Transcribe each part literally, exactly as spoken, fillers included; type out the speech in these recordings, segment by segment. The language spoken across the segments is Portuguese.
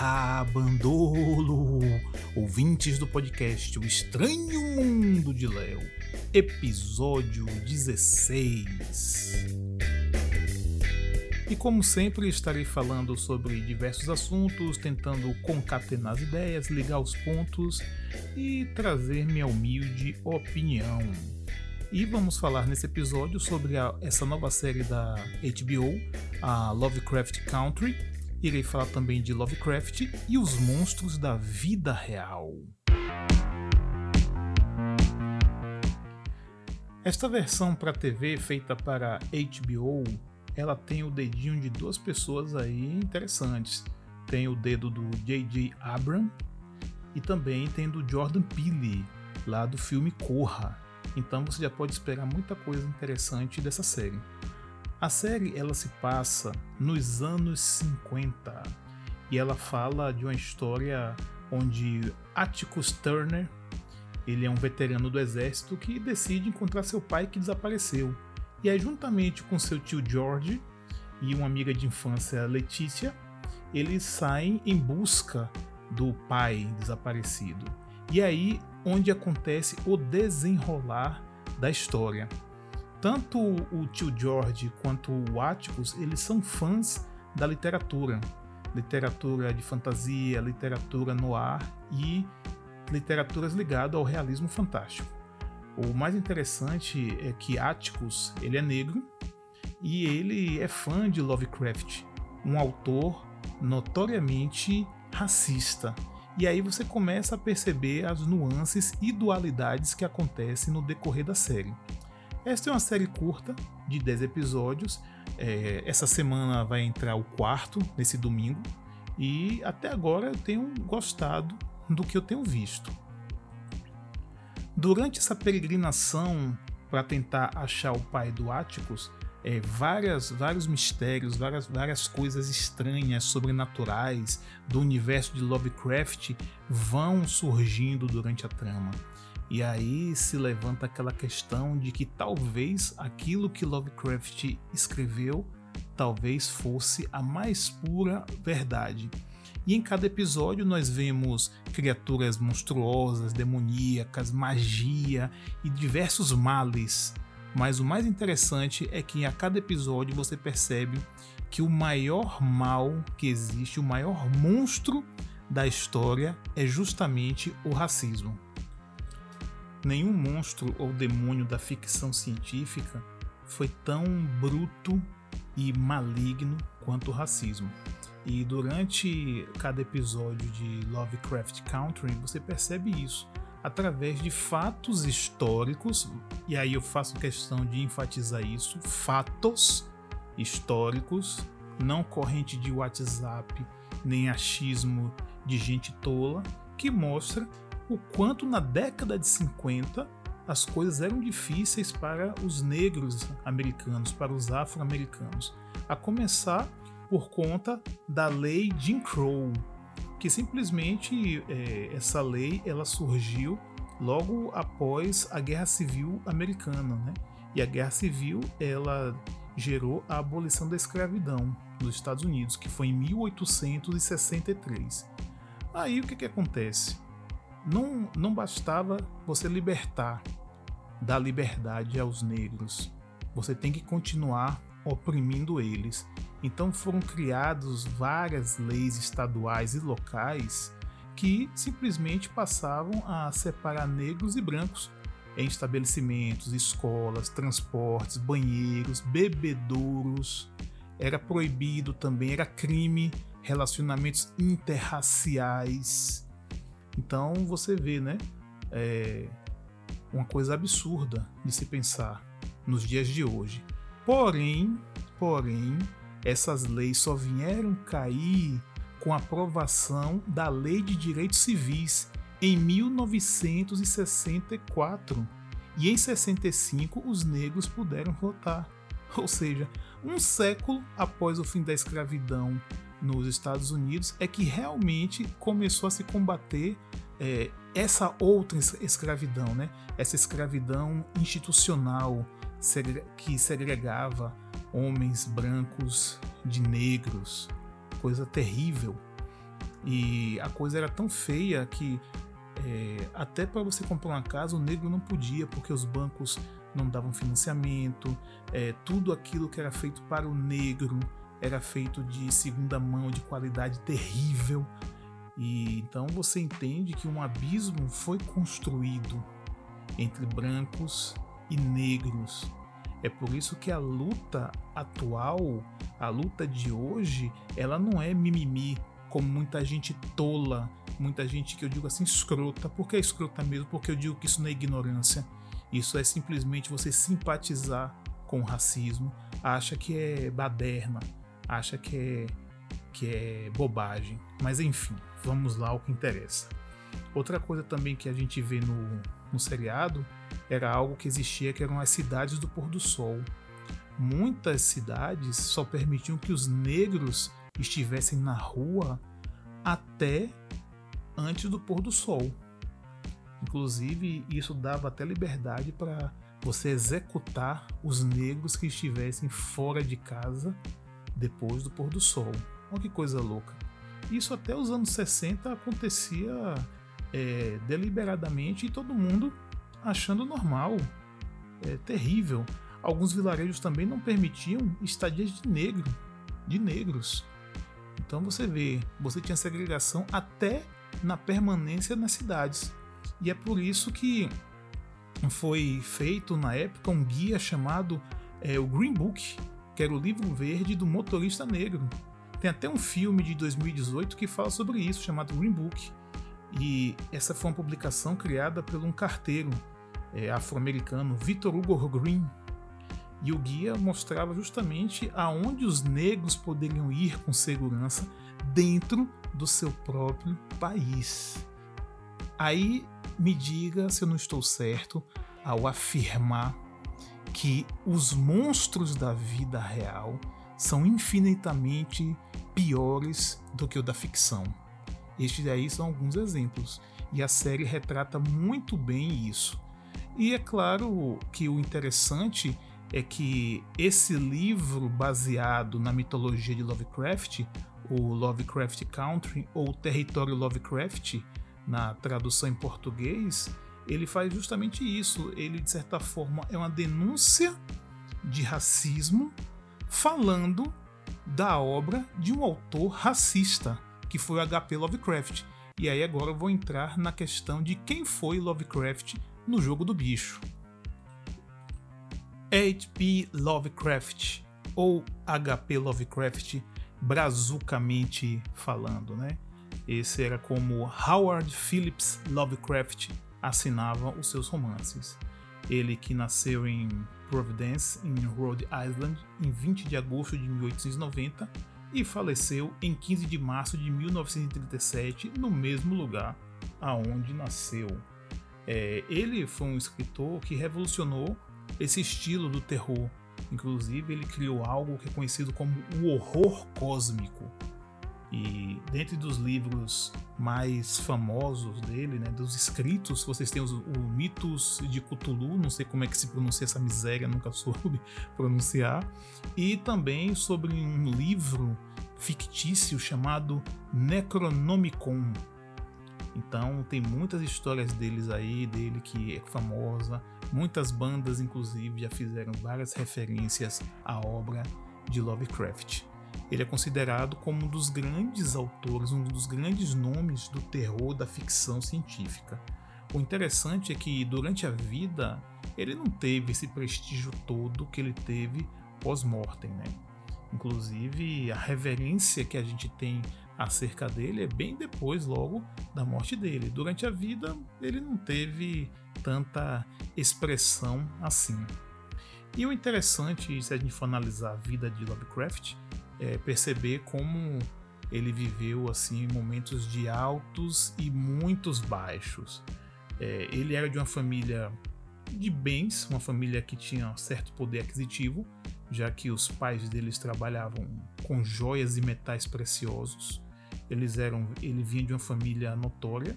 Haha, bandolo! Ouvintes do podcast O Estranho Mundo de Léo, episódio dezesseis. E como sempre, estarei falando sobre diversos assuntos, tentando concatenar as ideias, ligar os pontos e trazer minha humilde opinião. E vamos falar nesse episódio sobre a, essa nova série da H B O, a Lovecraft Country. Irei falar também de Lovecraft e os monstros da vida real. Esta versão para T V feita para H B O, ela tem o dedinho de duas pessoas aí interessantes. Tem o dedo do J J Abrams e também tem do Jordan Peele, lá do filme Corra. Então você já pode esperar muita coisa interessante dessa série. A série ela se passa nos anos cinquenta e ela fala de uma história onde Atticus Turner, ele é um veterano do exército que decide encontrar seu pai que desapareceu. E aí, juntamente com seu tio George e uma amiga de infância, Letícia, eles saem em busca do pai desaparecido. E aí onde acontece o desenrolar da história. Tanto o tio George quanto o Atticus, eles são fãs da literatura. Literatura de fantasia, literatura noir e literaturas ligadas ao realismo fantástico. O mais interessante é que Atticus, ele é negro e ele é fã de Lovecraft, um autor notoriamente racista. E aí você começa a perceber as nuances e dualidades que acontecem no decorrer da série. Esta é uma série curta, de dez episódios. É, essa semana vai entrar o quarto, nesse domingo. E até agora eu tenho gostado do que eu tenho visto. Durante essa peregrinação para tentar achar o pai do Atticus, É, várias, vários mistérios, várias, várias coisas estranhas, sobrenaturais do universo de Lovecraft vão surgindo durante a trama. E aí se levanta aquela questão de que talvez aquilo que Lovecraft escreveu talvez fosse a mais pura verdade. E em cada episódio nós vemos criaturas monstruosas, demoníacas, magia e diversos males. Mas o mais interessante é que a cada episódio você percebe que o maior mal que existe, o maior monstro da história é justamente o racismo. Nenhum monstro ou demônio da ficção científica foi tão bruto e maligno quanto o racismo. E durante cada episódio de Lovecraft Country você percebe isso através de fatos históricos, e aí eu faço questão de enfatizar isso, fatos históricos, não corrente de WhatsApp, nem achismo de gente tola, que mostra o quanto na década de cinquenta as coisas eram difíceis para os negros americanos, para os afro-americanos, a começar por conta da lei Jim Crow, que simplesmente é, essa lei ela surgiu logo após a Guerra Civil Americana, né? E a Guerra Civil ela gerou a abolição da escravidão nos Estados Unidos, que foi em mil oitocentos e sessenta e três. Aí o que, que acontece? Não, não bastava você libertar, dar liberdade aos negros, você tem que continuar oprimindo eles. Então foram criadas várias leis estaduais e locais que simplesmente passavam a separar negros e brancos em estabelecimentos, escolas, transportes, banheiros, bebedouros. Era proibido também, era crime, relacionamentos interraciais. Então você vê, né? É uma coisa absurda de se pensar nos dias de hoje. Porém, porém, essas leis só vieram cair com a aprovação da Lei de Direitos Civis em mil novecentos e sessenta e quatro. E em sessenta e cinco os negros puderam votar. Ou seja, um século após o fim da escravidão nos Estados Unidos é que realmente começou a se combater é, essa outra escravidão, né? Essa escravidão institucional que segregava homens brancos de negros, coisa terrível. E a coisa era tão feia que é, até para você comprar uma casa o negro não podia, porque os bancos não davam financiamento, é, tudo aquilo que era feito para o negro era feito de segunda mão, de qualidade terrível. E então você entende que um abismo foi construído entre brancos e negros. É por isso que a luta atual, a luta de hoje, ela não é mimimi, como muita gente tola, muita gente que eu digo assim escrota. Por que escrota mesmo? Porque eu digo que isso não é ignorância. Isso é simplesmente você simpatizar com o racismo, acha que é baderna, acha que é, que é bobagem. Mas enfim, vamos lá ao que interessa. Outra coisa também que a gente vê no, no seriado era algo que existia, que eram as cidades do pôr do sol. Muitas cidades só permitiam que os negros estivessem na rua até antes do pôr do sol. Inclusive, isso dava até liberdade para você executar os negros que estivessem fora de casa depois do pôr do sol. Olha que coisa louca. Isso até os anos sessenta acontecia é, deliberadamente e todo mundo achando normal. É terrível. Alguns vilarejos também não permitiam estadias de negro, de negros. Então você vê, você tinha segregação até na permanência nas cidades. E é por isso que foi feito na época um guia chamado é, o Green Book, que era o livro verde do motorista negro. Tem até um filme de dois mil e dezoito que fala sobre isso, chamado Green Book. E essa foi uma publicação criada por um carteiro é, afro-americano, Victor Hugo Green. E o guia mostrava justamente aonde os negros poderiam ir com segurança dentro do seu próprio país. Aí me diga se eu não estou certo ao afirmar que os monstros da vida real são infinitamente piores do que o da ficção. Estes aí são alguns exemplos, e a série retrata muito bem isso. E é claro que o interessante é que esse livro baseado na mitologia de Lovecraft, o Lovecraft Country ou Território Lovecraft, na tradução em português, ele faz justamente isso. Ele, de certa forma, é uma denúncia de racismo falando da obra de um autor racista, que foi o H P Lovecraft. E aí agora eu vou entrar na questão de quem foi Lovecraft no Jogo do Bicho. H P Lovecraft, ou H P Lovecraft, brazucamente falando, né? Esse era como Howard Phillips Lovecraft assinava os seus romances. Ele que nasceu em Providence, em Rhode Island, em vinte de agosto de mil oitocentos e noventa e faleceu em quinze de março de mil novecentos e trinta e sete, no mesmo lugar aonde nasceu. É, ele foi um escritor que revolucionou esse estilo do terror. Inclusive, ele criou algo que é conhecido como o horror cósmico. E dentre dos livros mais famosos dele, né, dos escritos, vocês têm os, o Mitos de Cthulhu, não sei como é que se pronuncia essa miséria, nunca soube pronunciar, e também sobre um livro fictício chamado Necronomicon. Então tem muitas histórias deles aí, dele que é famosa, muitas bandas inclusive já fizeram várias referências à obra de Lovecraft. Ele é considerado como um dos grandes autores, um dos grandes nomes do terror da ficção científica. O interessante é que durante a vida ele não teve esse prestígio todo que ele teve pós-mortem, né? Inclusive a reverência que a gente tem acerca dele é bem depois, logo da morte dele. Durante a vida ele não teve tanta expressão assim. E o interessante, se a gente for analisar a vida de Lovecraft, é perceber como ele viveu assim momentos de altos e muitos baixos. É, ele era de uma família de bens, uma família que tinha certo poder aquisitivo, já que os pais deles trabalhavam com joias e metais preciosos. Eles eram, ele vinha de uma família notória,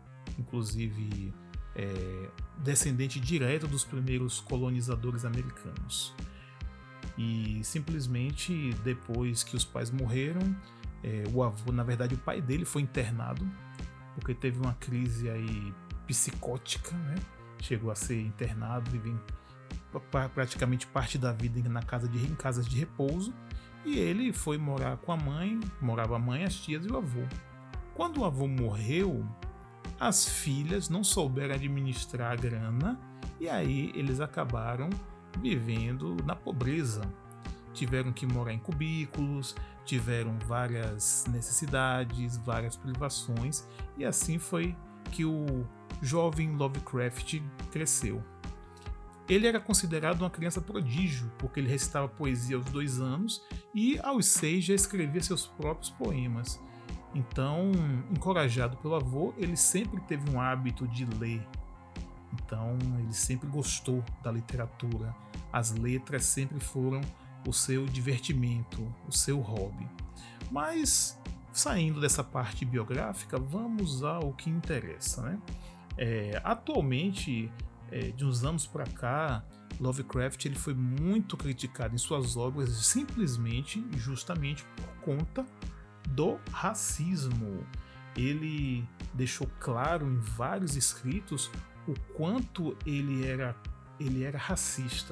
inclusive é, descendente direto dos primeiros colonizadores americanos. E simplesmente depois que os pais morreram, É, o avô, na verdade, o pai dele foi internado porque teve uma crise aí psicótica, né? Chegou a ser internado, vivendo praticamente parte da vida na casa de, em casas de repouso, e ele foi morar com a mãe, morava a mãe, as tias e o avô. Quando o avô morreu, as filhas não souberam administrar a grana e aí eles acabaram vivendo na pobreza. Tiveram que morar em cubículos, tiveram várias necessidades, várias privações, e assim foi que o jovem Lovecraft cresceu. Ele era considerado uma criança prodígio, porque ele recitava poesia aos dois anos e aos seis já escrevia seus próprios poemas. Então, encorajado pelo avô, ele sempre teve um hábito de ler. Então, ele sempre gostou da literatura. As letras sempre foram o seu divertimento, o seu hobby. Mas, saindo dessa parte biográfica, vamos ao que interessa, né? É, atualmente, é, de uns anos para cá, Lovecraft ele foi muito criticado em suas obras simplesmente e justamente por conta do racismo. Ele deixou claro em vários escritos o quanto ele era, ele era racista.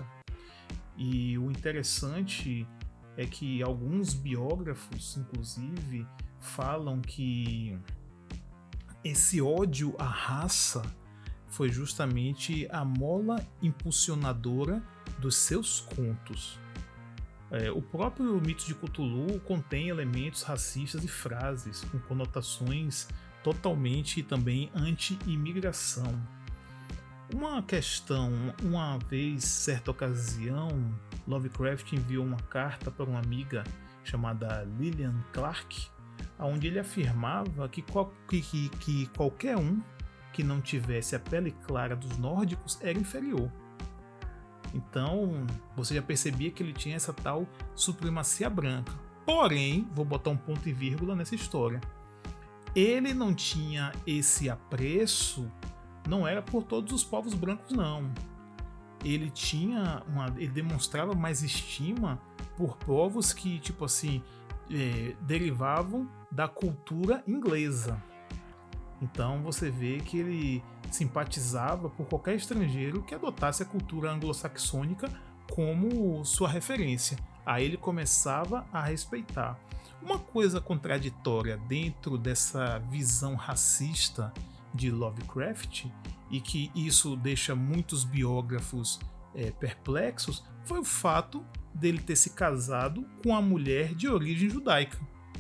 E o interessante é que alguns biógrafos, inclusive, falam que esse ódio à raça foi justamente a mola impulsionadora dos seus contos. É, o próprio mito de Cthulhu contém elementos racistas e frases com conotações totalmente também anti-imigração. Uma questão, uma vez, certa ocasião, Lovecraft enviou uma carta para uma amiga chamada Lillian Clark, onde ele afirmava que, qual, que, que, que qualquer um que não tivesse a pele clara dos nórdicos era inferior. Então, você já percebia que ele tinha essa tal supremacia branca. Porém, vou botar um ponto e vírgula nessa história. Ele não tinha esse apreço, não era por todos os povos brancos, não. Ele tinha uma, ele demonstrava mais estima por povos que, tipo assim, é, derivavam da cultura inglesa. Então você vê que ele simpatizava por qualquer estrangeiro que adotasse a cultura anglo-saxônica como sua referência. Aí ele começava a respeitar. Uma coisa contraditória dentro dessa visão racista de Lovecraft, e que isso deixa muitos biógrafos é, perplexos, foi o fato dele ter se casado com uma mulher de origem judaica.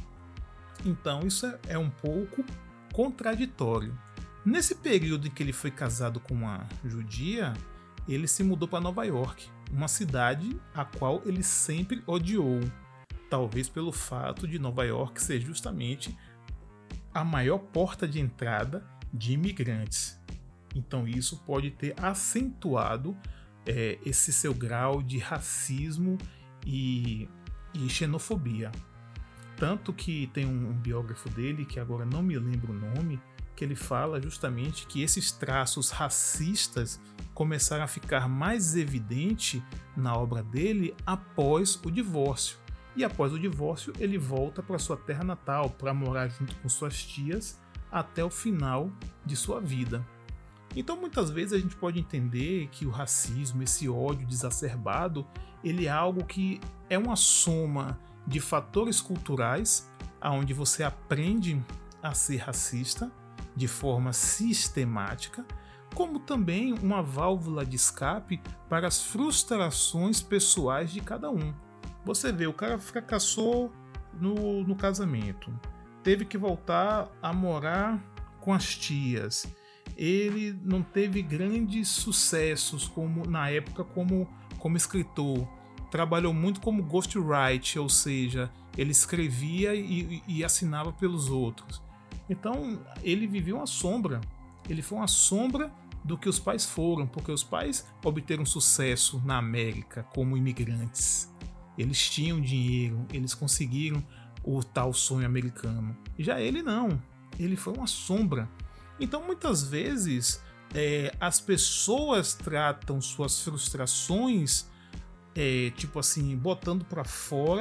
Então isso é, é um pouco contraditório. Nesse período em que ele foi casado com uma judia, ele se mudou para Nova York, uma cidade a qual ele sempre odiou, talvez pelo fato de Nova York ser justamente a maior porta de entrada de imigrantes. Então isso pode ter acentuado é, esse seu grau de racismo e, e xenofobia. Tanto que tem um, um biógrafo dele, que agora não me lembro o nome, que ele fala justamente que esses traços racistas começaram a ficar mais evidentes na obra dele após o divórcio. E após o divórcio ele volta para sua terra natal, para morar junto com suas tias até o final de sua vida. Então muitas vezes a gente pode entender que o racismo, esse ódio desacerbado, ele é algo que é uma soma de fatores culturais, onde você aprende a ser racista de forma sistemática, como também uma válvula de escape para as frustrações pessoais de cada um. Você vê, o cara fracassou no, no casamento, teve que voltar a morar com as tias, ele não teve grandes sucessos como na época como, como escritor, trabalhou muito como ghostwriter, ou seja, ele escrevia e, e assinava pelos outros. Então ele viveu uma sombra, ele foi uma sombra do que os pais foram, porque os pais obteram sucesso na América como imigrantes. Eles tinham dinheiro, eles conseguiram o tal sonho americano. Já ele não, ele foi uma sombra. Então muitas vezes é, as pessoas tratam suas frustrações é, tipo assim, botando para fora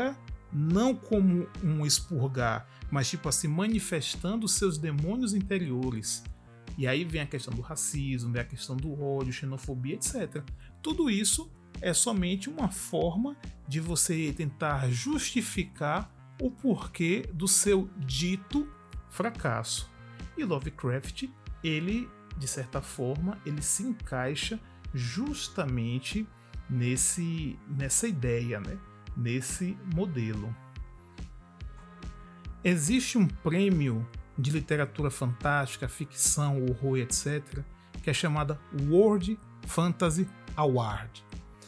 não como um expurgar, mas tipo assim, manifestando seus demônios interiores. E aí vem a questão do racismo, vem a questão do ódio, xenofobia, etcétera. Tudo isso é somente uma forma de você tentar justificar o porquê do seu dito fracasso. E Lovecraft, ele, de certa forma, ele se encaixa justamente nesse, nessa ideia, né? Nesse modelo. Existe um prêmio de literatura fantástica, ficção, horror, etcétera, que é chamada World Fantasy Award.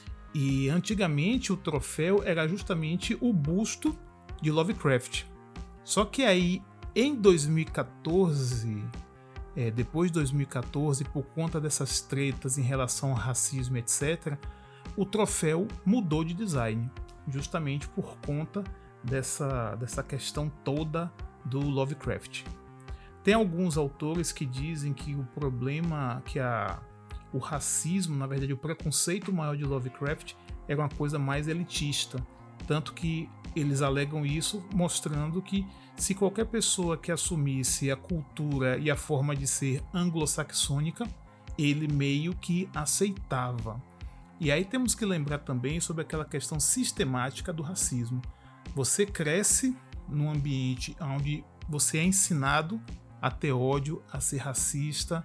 E antigamente o troféu era justamente o busto de Lovecraft. Só que aí, em dois mil e catorze, é, depois de dois mil e catorze, por conta dessas tretas em relação ao racismo, etcétera, o troféu mudou de design, justamente por conta dessa, dessa questão toda do Lovecraft. Tem alguns autores que dizem que o problema, que a, o racismo, na verdade o preconceito maior de Lovecraft era uma coisa mais elitista, tanto que eles alegam isso mostrando que se qualquer pessoa que assumisse a cultura e a forma de ser anglo-saxônica, ele meio que aceitava. E aí temos que lembrar também sobre aquela questão sistemática do racismo. Você cresce num ambiente onde você é ensinado a ter ódio, a ser racista,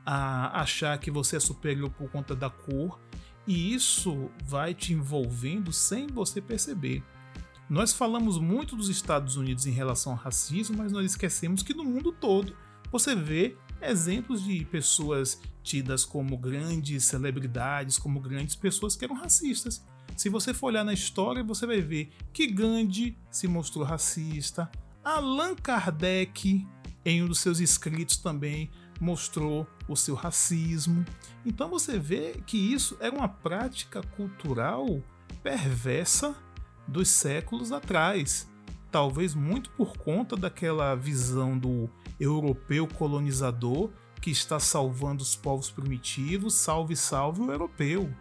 a achar que você é superior por conta da cor, e isso vai te envolvendo sem você perceber. Nós falamos muito dos Estados Unidos em relação ao racismo, mas nós esquecemos que no mundo todo você vê exemplos de pessoas tidas como grandes celebridades, como grandes pessoas que eram racistas. Se você for olhar na história, você vai ver que Gandhi se mostrou racista, Allan Kardec, em um dos seus escritos também, mostrou o seu racismo. Então você vê que isso era uma prática cultural perversa dos séculos atrás, talvez muito por conta daquela visão do europeu colonizador que está salvando os povos primitivos, salve, salve o europeu.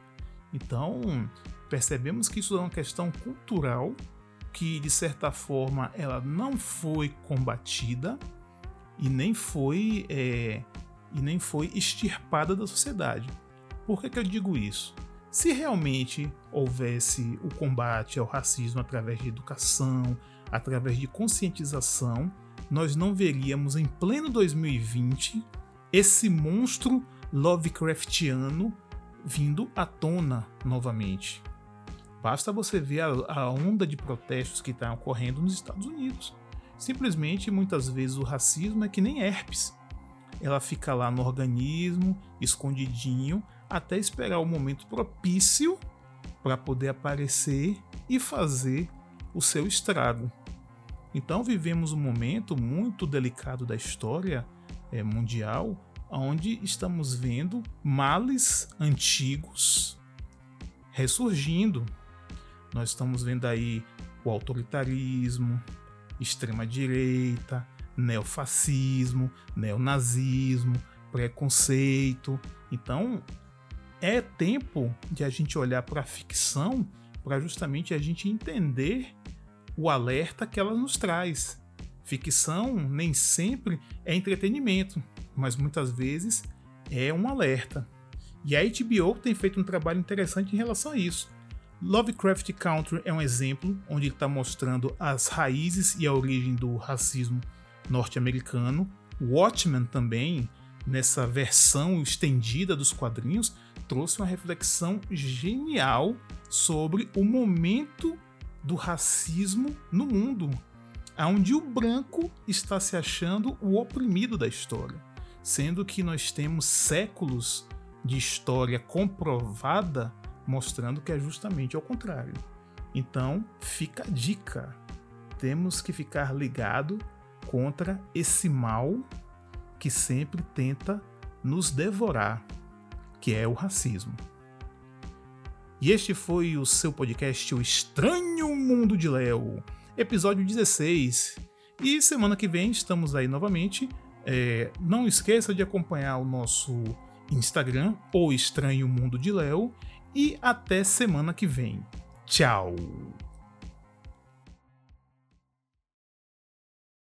Então, percebemos que isso é uma questão cultural que, de certa forma, ela não foi combatida e nem foi, é, e nem foi extirpada da sociedade. Por que que eu digo isso? Se realmente houvesse o combate ao racismo através de educação, através de conscientização, nós não veríamos em pleno dois mil e vinte esse monstro Lovecraftiano vindo à tona novamente. Basta você ver a, a onda de protestos que está ocorrendo nos Estados Unidos. Simplesmente, muitas vezes, o racismo é que nem herpes. Ela fica lá no organismo, escondidinho, até esperar o momento propício para poder aparecer e fazer o seu estrago. Então vivemos um momento muito delicado da história é, mundial, onde estamos vendo males antigos ressurgindo. Nós estamos vendo aí o autoritarismo, extrema-direita, neofascismo, neonazismo, preconceito. Então é tempo de a gente olhar para a ficção para justamente a gente entender o alerta que ela nos traz. Ficção nem sempre é entretenimento, mas muitas vezes é um alerta. E a H B O tem feito um trabalho interessante em relação a isso. Lovecraft Country é um exemplo onde ele está mostrando as raízes e a origem do racismo norte-americano. Watchmen também, nessa versão estendida dos quadrinhos, trouxe uma reflexão genial sobre o momento do racismo no mundo, onde o branco está se achando o oprimido da história, sendo que nós temos séculos de história comprovada mostrando que é justamente ao contrário. Então, fica a dica. Temos que ficar ligado contra esse mal que sempre tenta nos devorar, que é o racismo. E este foi o seu podcast O Estranho Mundo de Léo, episódio dezesseis. E semana que vem estamos aí novamente. É, não esqueça de acompanhar o nosso Instagram, O Estranho Mundo de Léo. E até semana que vem. Tchau!